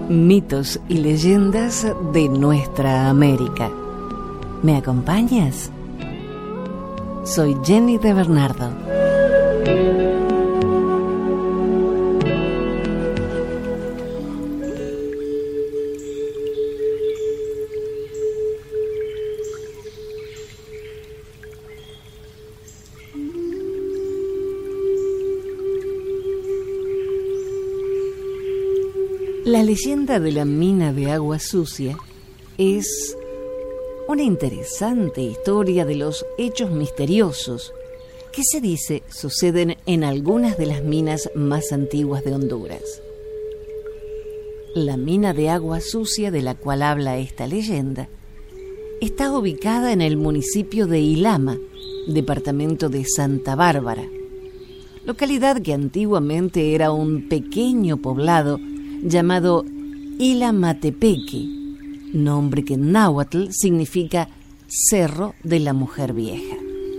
Mitos y leyendas de nuestra América. ¿Me acompañas? Soy Jenny de Bernardo. La leyenda de la mina de agua sucia es una interesante historia de los hechos misteriosos que se dice suceden en algunas de las minas más antiguas de Honduras. La mina de agua sucia de la cual habla esta leyenda está ubicada en el municipio de Ilama, departamento de Santa Bárbara, localidad que antiguamente era un pequeño poblado llamado Ilamatepeque, nombre que en náhuatl significa Cerro de la Mujer Vieja.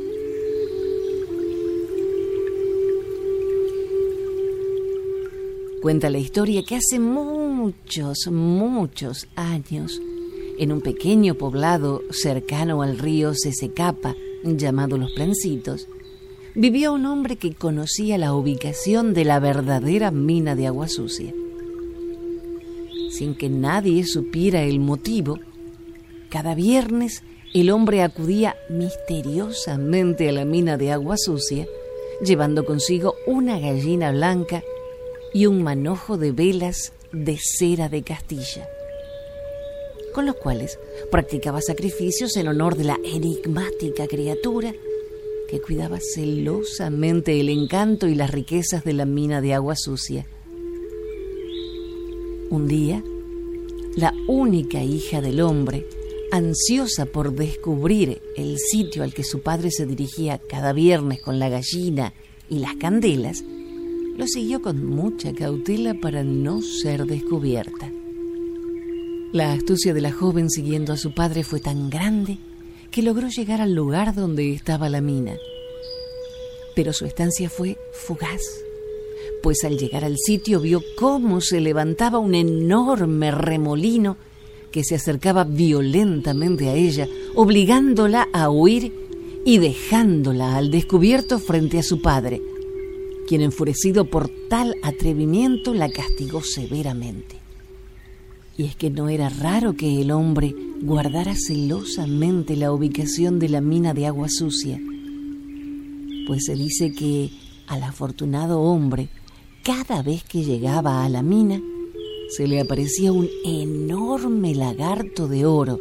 Cuenta la historia que hace muchos años, en un pequeño poblado cercano al río Sesecapa, llamado Los Plancitos, vivió un hombre que conocía la ubicación de la verdadera mina de agua sucia. Sin que nadie supiera el motivo, cada viernes el hombre acudía misteriosamente a la mina de agua sucia, llevando consigo una gallina blanca y un manojo de velas de cera de Castilla, con los cuales practicaba sacrificios en honor de la enigmática criatura que cuidaba celosamente el encanto y las riquezas de la mina de agua sucia. Un día, la única hija del hombre, ansiosa por descubrir el sitio al que su padre se dirigía cada viernes con la gallina y las candelas, lo siguió con mucha cautela para no ser descubierta. La astucia de la joven siguiendo a su padre fue tan grande que logró llegar al lugar donde estaba la mina. Pero su estancia fue fugaz, pues al llegar al sitio vio cómo se levantaba un enorme remolino que se acercaba violentamente a ella, obligándola a huir y dejándola al descubierto frente a su padre, quien, enfurecido por tal atrevimiento, la castigó severamente. Y es que no era raro que el hombre guardara celosamente la ubicación de la mina de agua sucia, pues se dice que al afortunado hombre, cada vez que llegaba a la mina, se le aparecía un enorme lagarto de oro,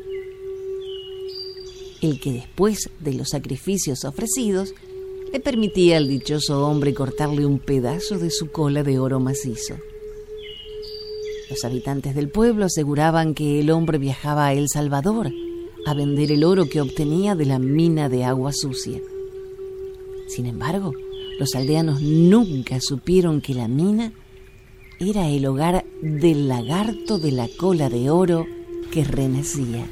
el que después de los sacrificios ofrecidos le permitía al dichoso hombre cortarle un pedazo de su cola de oro macizo. Los habitantes del pueblo aseguraban que el hombre viajaba a El Salvador a vender el oro que obtenía de la mina de agua sucia. Sin embargo, los aldeanos nunca supieron que la mina era el hogar del lagarto de la cola de oro que renacía.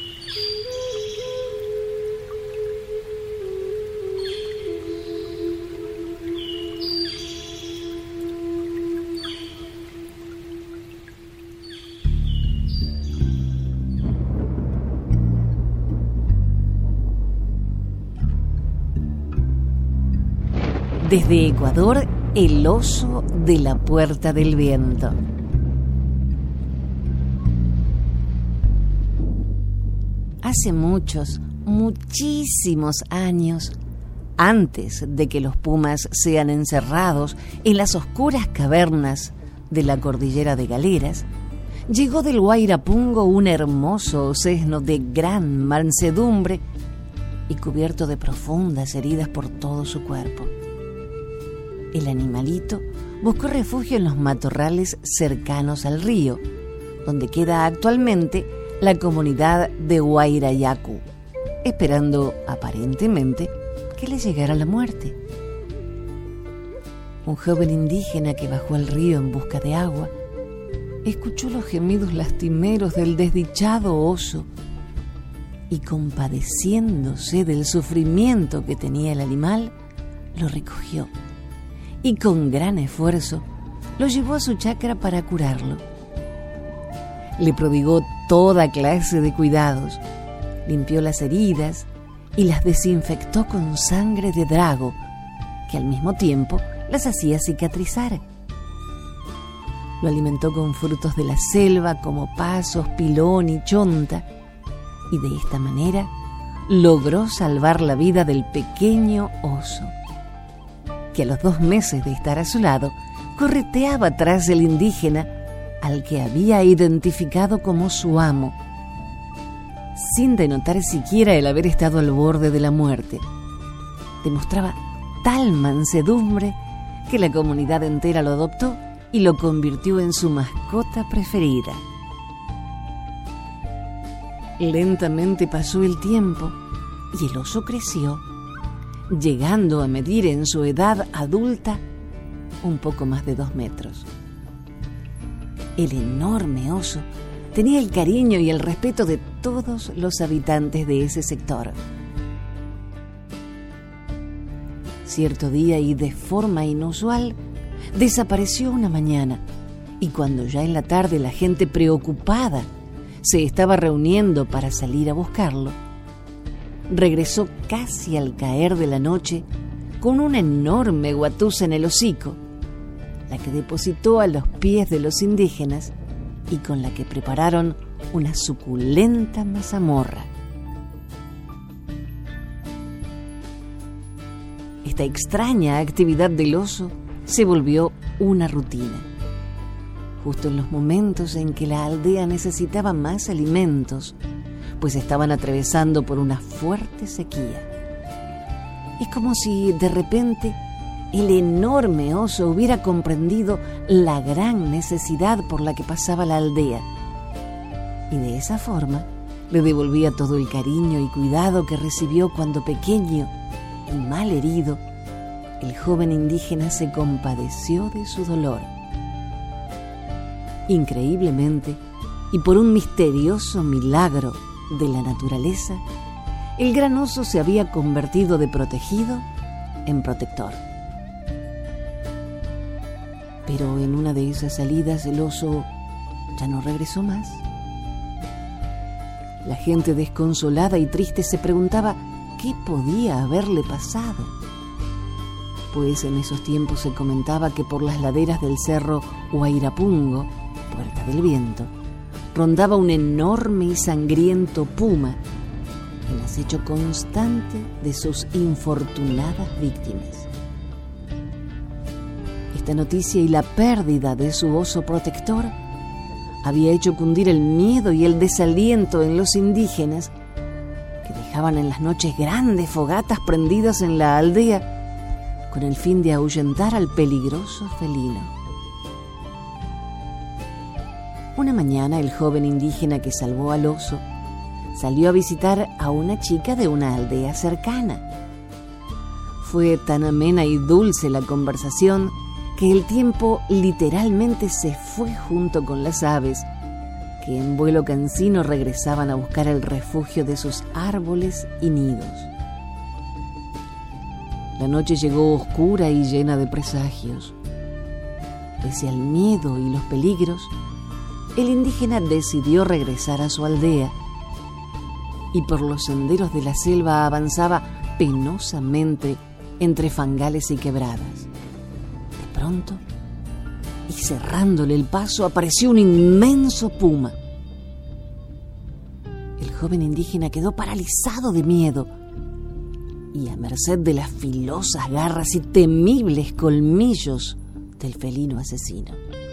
Desde Ecuador, el oso de la Puerta del Viento. Hace muchísimos años, antes de que los pumas sean encerrados en las oscuras cavernas de la cordillera de Galeras, llegó del Guairapungo un hermoso ocesno de gran mansedumbre y cubierto de profundas heridas por todo su cuerpo. El animalito buscó refugio en los matorrales cercanos al río, donde queda actualmente la comunidad de Guairayacu, esperando aparentemente que le llegara la muerte. Un joven indígena que bajó al río en busca de agua escuchó los gemidos lastimeros del desdichado oso y, compadeciéndose del sufrimiento que tenía el animal, lo recogió y con gran esfuerzo lo llevó a su chacra para curarlo. Le prodigó toda clase de cuidados, limpió las heridas y las desinfectó con sangre de drago, que al mismo tiempo las hacía cicatrizar. Lo alimentó con frutos de la selva como pasos, pilón y chonta, y de esta manera logró salvar la vida del pequeño oso, que a los 2 meses de estar a su lado correteaba tras el indígena al que había identificado como su amo, sin denotar siquiera el haber estado al borde de la muerte. Demostraba tal mansedumbre que la comunidad entera lo adoptó y lo convirtió en su mascota preferida. Lentamente pasó el tiempo y el oso creció, llegando a medir en su edad adulta un poco más de 2 metros. El enorme oso tenía el cariño y el respeto de todos los habitantes de ese sector. Cierto día y de forma inusual, desapareció una mañana, y cuando ya en la tarde la gente preocupada se estaba reuniendo para salir a buscarlo, regresó casi al caer de la noche con una enorme guatusa en el hocico, la que depositó a los pies de los indígenas y con la que prepararon una suculenta mazamorra. Esta extraña actividad del oso se volvió una rutina. Justo en los momentos en que la aldea necesitaba más alimentos, pues estaban atravesando por una fuerte sequía. Es como si de repente el enorme oso hubiera comprendido la gran necesidad por la que pasaba la aldea, y de esa forma le devolvía todo el cariño y cuidado que recibió cuando pequeño y mal herido, el joven indígena se compadeció de su dolor. Increíblemente, y por un misterioso milagro de la naturaleza, el gran oso se había convertido de protegido en protector. Pero en una de esas salidas el oso ya no regresó más. La gente desconsolada y triste se preguntaba qué podía haberle pasado, pues en esos tiempos se comentaba que por las laderas del cerro Huayrapungo, Puerta del Viento, rondaba un enorme y sangriento puma en acecho constante de sus infortunadas víctimas. Esta noticia y la pérdida de su oso protector había hecho cundir el miedo y el desaliento en los indígenas, que dejaban en las noches grandes fogatas prendidas en la aldea con el fin de ahuyentar al peligroso felino. Una mañana el joven indígena que salvó al oso salió a visitar a una chica de una aldea cercana. Fue tan amena y dulce la conversación que el tiempo literalmente se fue junto con las aves, que en vuelo cansino regresaban a buscar el refugio de sus árboles y nidos. La noche llegó oscura y llena de presagios. Pese al miedo y los peligros, el indígena decidió regresar a su aldea y por los senderos de la selva avanzaba penosamente entre fangales y quebradas. De pronto, y cerrándole el paso, apareció un inmenso puma. El joven indígena quedó paralizado de miedo y a merced de las filosas garras y temibles colmillos del felino asesino.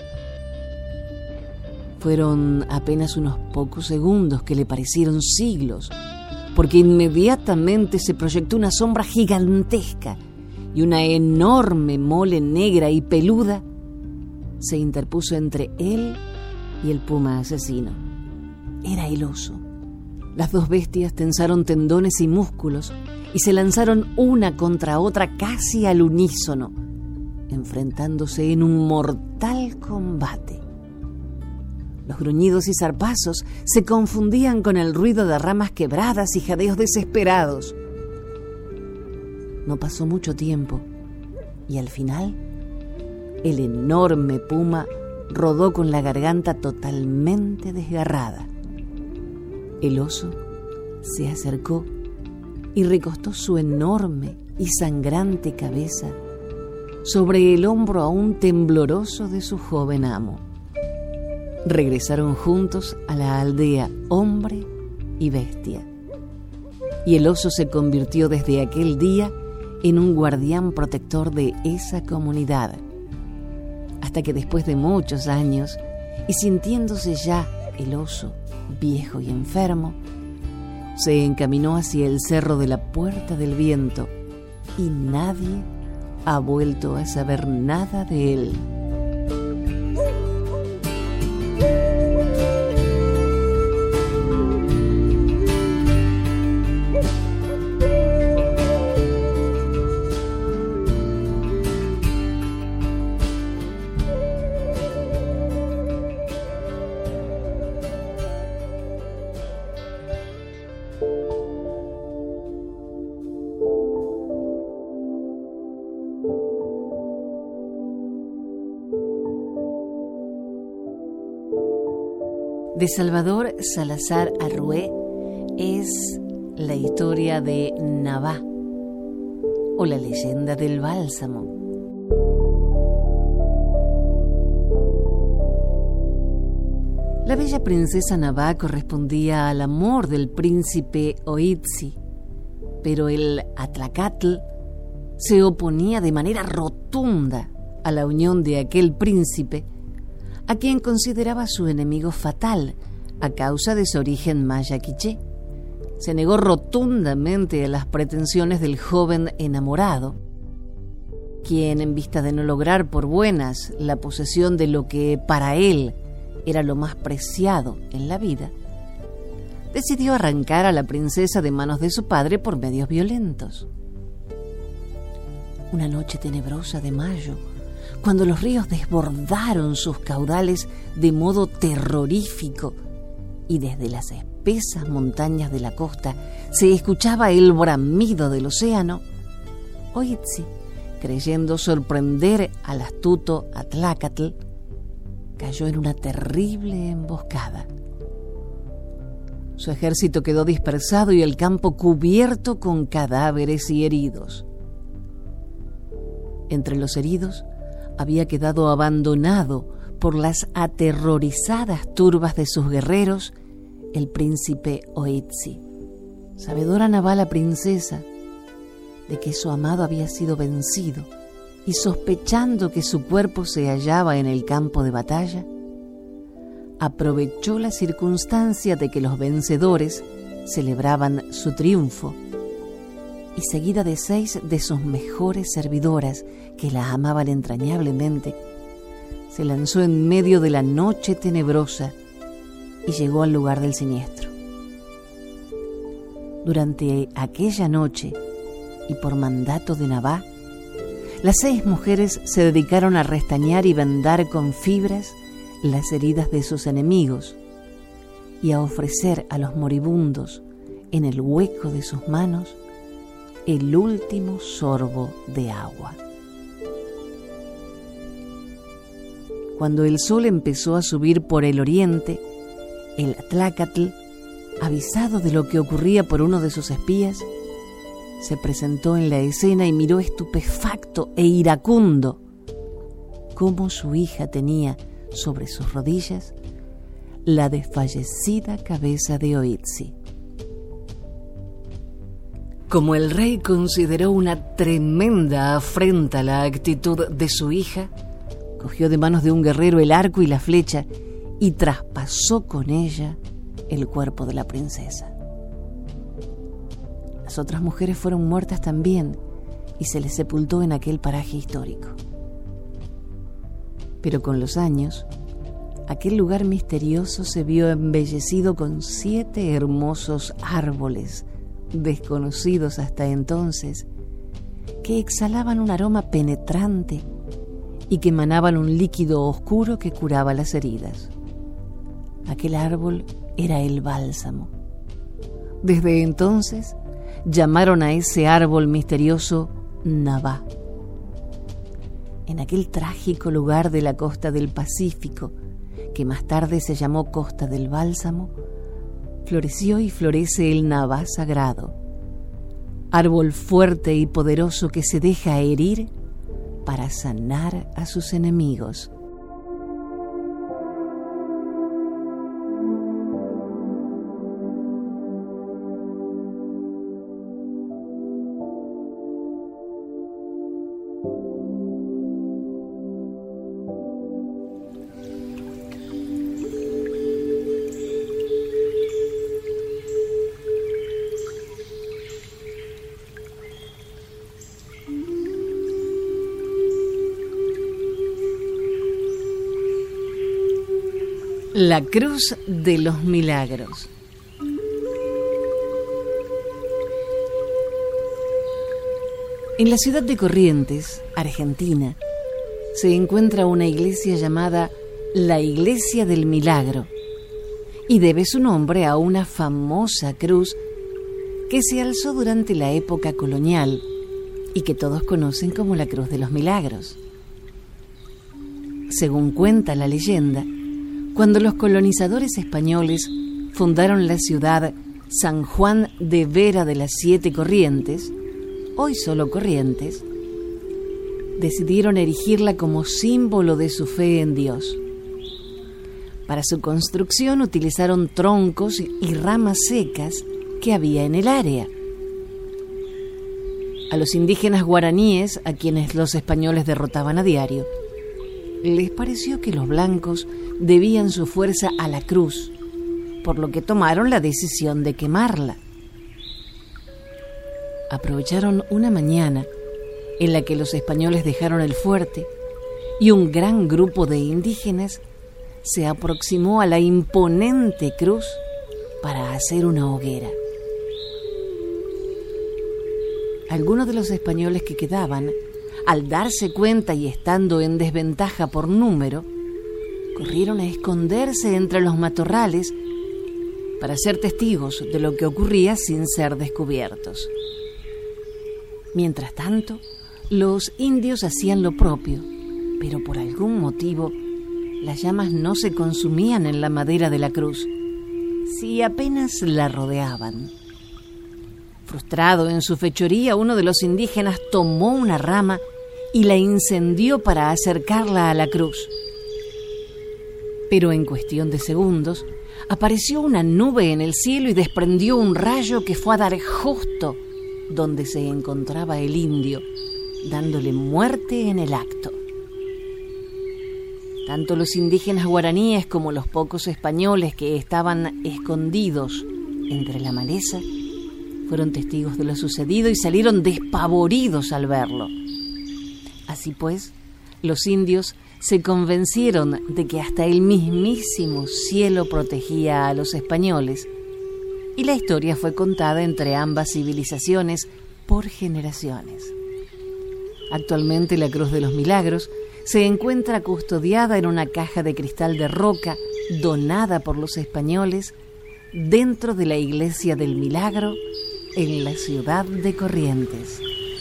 Fueron apenas unos pocos segundos que le parecieron siglos, porque inmediatamente se proyectó una sombra gigantesca y una enorme mole negra y peluda se interpuso entre él y el puma asesino. Era el oso. Las dos bestias tensaron tendones y músculos y se lanzaron una contra otra casi al unísono, enfrentándose en un mortal combate. Los gruñidos y zarpazos se confundían con el ruido de ramas quebradas y jadeos desesperados. No pasó mucho tiempo y al final el enorme puma rodó con la garganta totalmente desgarrada. El oso se acercó y recostó su enorme y sangrante cabeza sobre el hombro aún tembloroso de su joven amo. Regresaron juntos a la aldea hombre y bestia, y el oso se convirtió desde aquel día en un guardián protector de esa comunidad, hasta que después de muchos años, y sintiéndose ya el oso viejo y enfermo, se encaminó hacia el cerro de la Puerta del Viento, y nadie ha vuelto a saber nada de él. De Salvador Salazar Arrué es la historia de Nabá, o la leyenda del bálsamo. La bella princesa Nabá correspondía al amor del príncipe Oitzi, pero el Atlacatl se oponía de manera rotunda a la unión de aquel príncipe, a quien consideraba su enemigo fatal a causa de su origen maya quiché. Se negó rotundamente a las pretensiones del joven enamorado, quien, en vista de no lograr por buenas la posesión de lo que para él era lo más preciado en la vida, decidió arrancar a la princesa de manos de su padre por medios violentos. Una noche tenebrosa de mayo, cuando los ríos desbordaron sus caudales de modo terrorífico y desde las espesas montañas de la costa se escuchaba el bramido del océano, Oitzi, creyendo sorprender al astuto Atlacatl, cayó en una terrible emboscada. Su ejército quedó dispersado y el campo cubierto con cadáveres y heridos. Entre los heridos había quedado abandonado por las aterrorizadas turbas de sus guerreros el príncipe Oitzi. Sabedora Nabá, la princesa, de que su amado había sido vencido y sospechando que su cuerpo se hallaba en el campo de batalla, aprovechó la circunstancia de que los vencedores celebraban su triunfo y, seguida de 6 de sus mejores servidoras que la amaban entrañablemente, se lanzó en medio de la noche tenebrosa y llegó al lugar del siniestro. Durante aquella noche, y por mandato de Nabá, las 6 mujeres se dedicaron a restañar y vendar con fibras las heridas de sus enemigos y a ofrecer a los moribundos en el hueco de sus manos el último sorbo de agua. Cuando el sol empezó a subir por el oriente, el Atlacatl, avisado de lo que ocurría por uno de sus espías, se presentó en la escena y miró estupefacto e iracundo cómo su hija tenía sobre sus rodillas la desfallecida cabeza de Oitzi. Como el rey consideró una tremenda afrenta la actitud de su hija, cogió de manos de un guerrero el arco y la flecha y traspasó con ella el cuerpo de la princesa. Las otras mujeres fueron muertas también y se les sepultó en aquel paraje histórico. Pero con los años, aquel lugar misterioso se vio embellecido con 7 hermosos árboles desconocidos hasta entonces, que exhalaban un aroma penetrante y que emanaban un líquido oscuro que curaba las heridas. Aquel árbol era el bálsamo. Desde entonces llamaron a ese árbol misterioso Nabá. en aquel trágico lugar de la costa del Pacífico, que más tarde se llamó Costa del Bálsamo, floreció y florece el nabá sagrado, árbol fuerte y poderoso que se deja herir para sanar a sus enemigos. La Cruz de los Milagros. En la ciudad de Corrientes, Argentina, se encuentra una iglesia llamada la Iglesia del Milagro y debe su nombre a una famosa cruz que se alzó durante la época colonial y que todos conocen como la Cruz de los Milagros. Según cuenta la leyenda, cuando los colonizadores españoles fundaron la ciudad San Juan de Vera de las Siete Corrientes, hoy solo Corrientes, decidieron erigirla como símbolo de su fe en Dios. Para su construcción utilizaron troncos y ramas secas que había en el área. A los indígenas guaraníes, a quienes los españoles derrotaban a diario, les pareció que los blancos debían su fuerza a la cruz, por lo que tomaron la decisión de quemarla. Aprovecharon una mañana en la que los españoles dejaron el fuerte y un gran grupo de indígenas se aproximó a la imponente cruz para hacer una hoguera. Algunos de los españoles que quedaban, al darse cuenta y estando en desventaja por número, corrieron a esconderse entre los matorrales para ser testigos de lo que ocurría sin ser descubiertos. Mientras tanto, los indios hacían lo propio, pero por algún motivo las llamas no se consumían en la madera de la cruz, si apenas la rodeaban. Frustrado en su fechoría, uno de los indígenas tomó una rama y la incendió para acercarla a la cruz. Pero en cuestión de segundos, apareció una nube en el cielo y desprendió un rayo que fue a dar justo donde se encontraba el indio, dándole muerte en el acto. Tanto los indígenas guaraníes como los pocos españoles que estaban escondidos entre la maleza fueron testigos de lo sucedido y salieron despavoridos al verlo. Así pues, los indios se convencieron de que hasta el mismísimo cielo protegía a los españoles, y la historia fue contada entre ambas civilizaciones por generaciones. Actualmente la Cruz de los Milagros se encuentra custodiada en una caja de cristal de roca donada por los españoles dentro de la Iglesia del Milagro en la ciudad de Corrientes.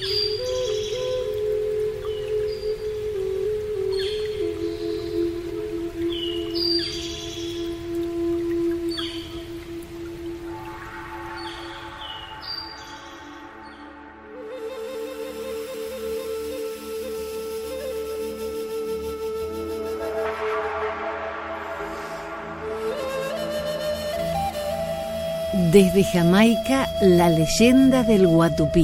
Desde Jamaica, la leyenda del Guatupí.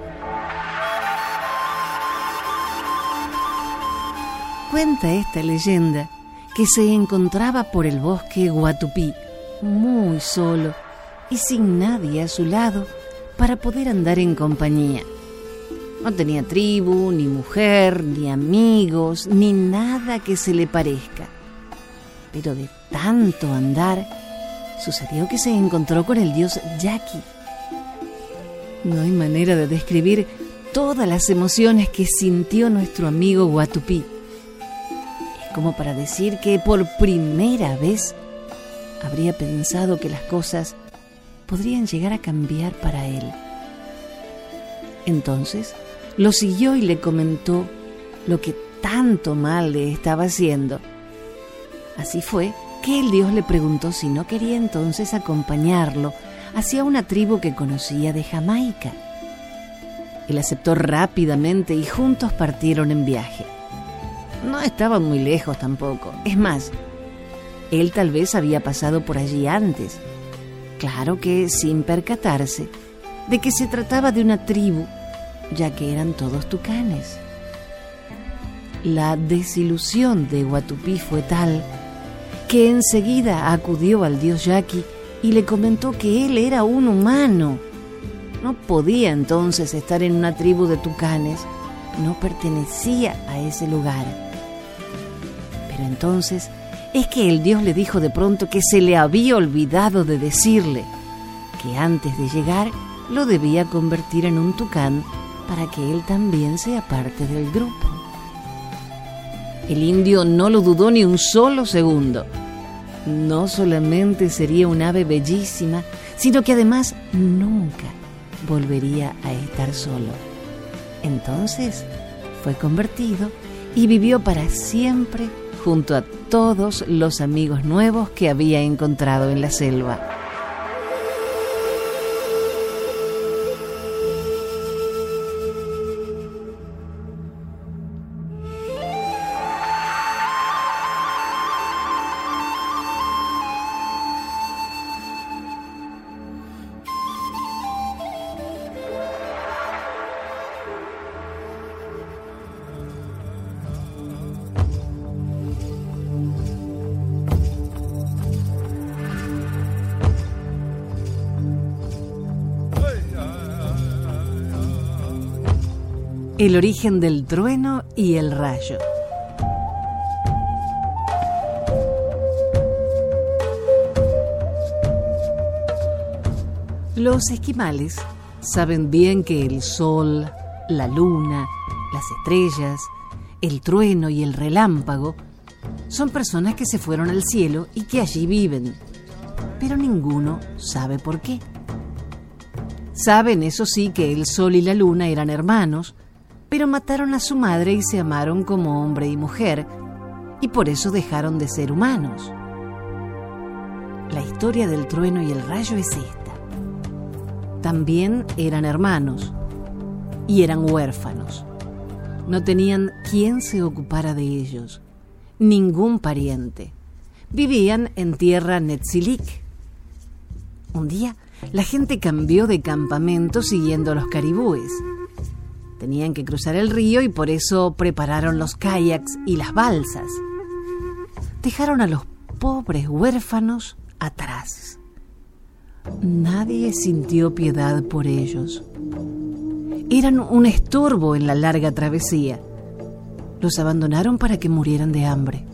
Cuenta esta leyenda que se encontraba por el bosque Guatupí, muy solo y sin nadie a su lado para poder andar en compañía. No tenía tribu, ni mujer, ni amigos, ni nada que se le parezca. Pero de tanto andar, sucedió que se encontró con el dios Yaqui. No hay manera de describir todas las emociones que sintió nuestro amigo Guatupí. Es como para decir que por primera vez habría pensado que las cosas podrían llegar a cambiar para él. Entonces lo siguió y le comentó lo que tanto mal le estaba haciendo. Así fue que el dios le preguntó si no quería entonces acompañarlo hacia una tribu que conocía de Jamaica. Él aceptó rápidamente y juntos partieron en viaje. No estaban muy lejos tampoco. Es más, él tal vez había pasado por allí antes. Claro que sin percatarse de que se trataba de una tribu, ya que eran todos tucanes. La desilusión de Watupí fue tal que enseguida acudió al dios Yaqui y le comentó que él era un humano. No podía entonces estar en una tribu de tucanes, no pertenecía a ese lugar. Pero entonces es que el dios le dijo de pronto que se le había olvidado de decirle que antes de llegar lo debía convertir en un tucán para que él también sea parte del grupo. El indio no lo dudó ni un solo segundo. No solamente sería un ave bellísima, sino que además nunca volvería a estar solo. Entonces fue convertido y vivió para siempre junto a todos los amigos nuevos que había encontrado en la selva. El origen del trueno y el rayo. Los esquimales saben bien que el sol, la luna, las estrellas, el trueno y el relámpago son personas que se fueron al cielo y que allí viven, pero ninguno sabe por qué. Saben, eso sí, que el sol y la luna eran hermanos, pero mataron a su madre y se amaron como hombre y mujer, y por eso dejaron de ser humanos. La historia del trueno y el rayo es esta. También eran hermanos, y eran huérfanos. No tenían quien se ocupara de ellos, ningún pariente. Vivían en tierra Netzilik. Un día, la gente cambió de campamento siguiendo a los caribúes. Tenían que cruzar el río y por eso prepararon los kayaks y las balsas. Dejaron a los pobres huérfanos atrás. Nadie sintió piedad por ellos. Eran un estorbo en la larga travesía. Los abandonaron para que murieran de hambre.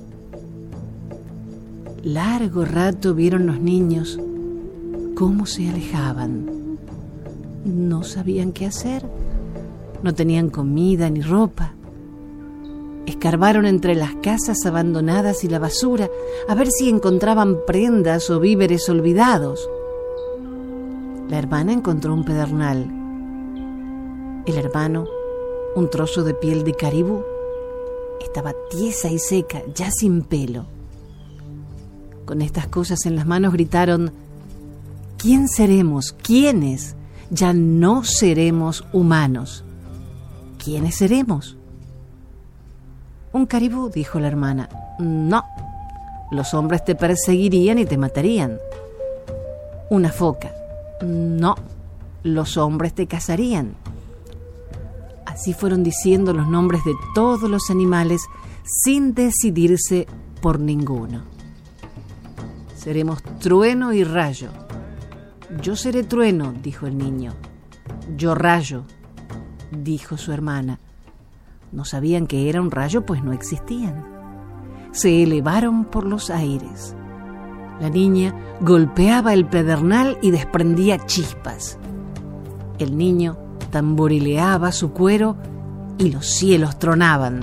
Largo rato vieron los niños cómo se alejaban. No sabían qué hacer. No tenían comida ni ropa. Escarbaron entre las casas abandonadas y la basura a ver si encontraban prendas o víveres olvidados. La hermana encontró un pedernal. El hermano, un trozo de piel de caribú. Estaba tiesa y seca, ya sin pelo. Con estas cosas en las manos gritaron: ¿quién seremos? ¿Quiénes? Ya no seremos humanos. ¿Quiénes seremos? Un caribú, dijo la hermana. No, los hombres te perseguirían y te matarían. Una foca. No, los hombres te cazarían. Así fueron diciendo los nombres de todos los animales sin decidirse por ninguno. Seremos trueno y rayo. Yo seré trueno, dijo el niño. Yo rayo, dijo su hermana. No sabían que era un rayo, pues no existían. Se elevaron por los aires. La niña golpeaba el pedernal y desprendía chispas. El niño tamborileaba su cuero y los cielos tronaban.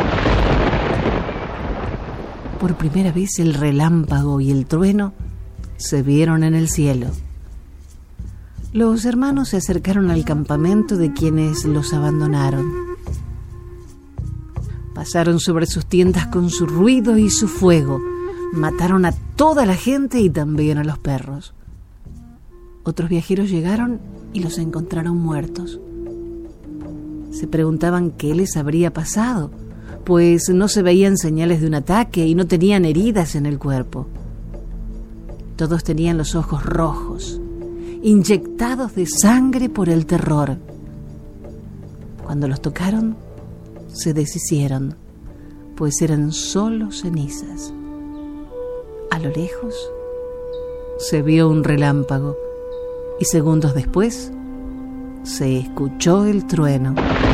Por primera vez el relámpago y el trueno se vieron en el cielo. Los hermanos se acercaron al campamento de quienes los abandonaron. Pasaron sobre sus tiendas con su ruido y su fuego. Mataron a toda la gente y también a los perros. Otros viajeros llegaron y los encontraron muertos. Se preguntaban qué les habría pasado, pues no se veían señales de un ataque y no tenían heridas en el cuerpo. Todos tenían los ojos rojos, inyectados de sangre por el terror. Cuando los tocaron, se deshicieron, pues eran solo cenizas. A lo lejos se vio un relámpago y segundos después se escuchó el trueno.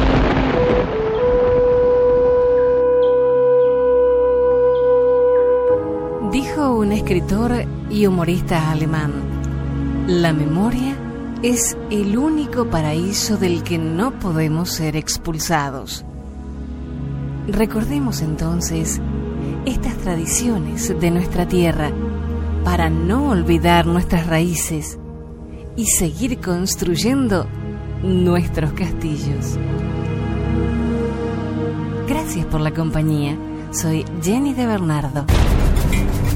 Dijo un escritor y humorista alemán: la memoria es el único paraíso del que no podemos ser expulsados. Recordemos entonces estas tradiciones de nuestra tierra para no olvidar nuestras raíces y seguir construyendo nuestros castillos. Gracias por la compañía. Soy Jenny de Bernardo.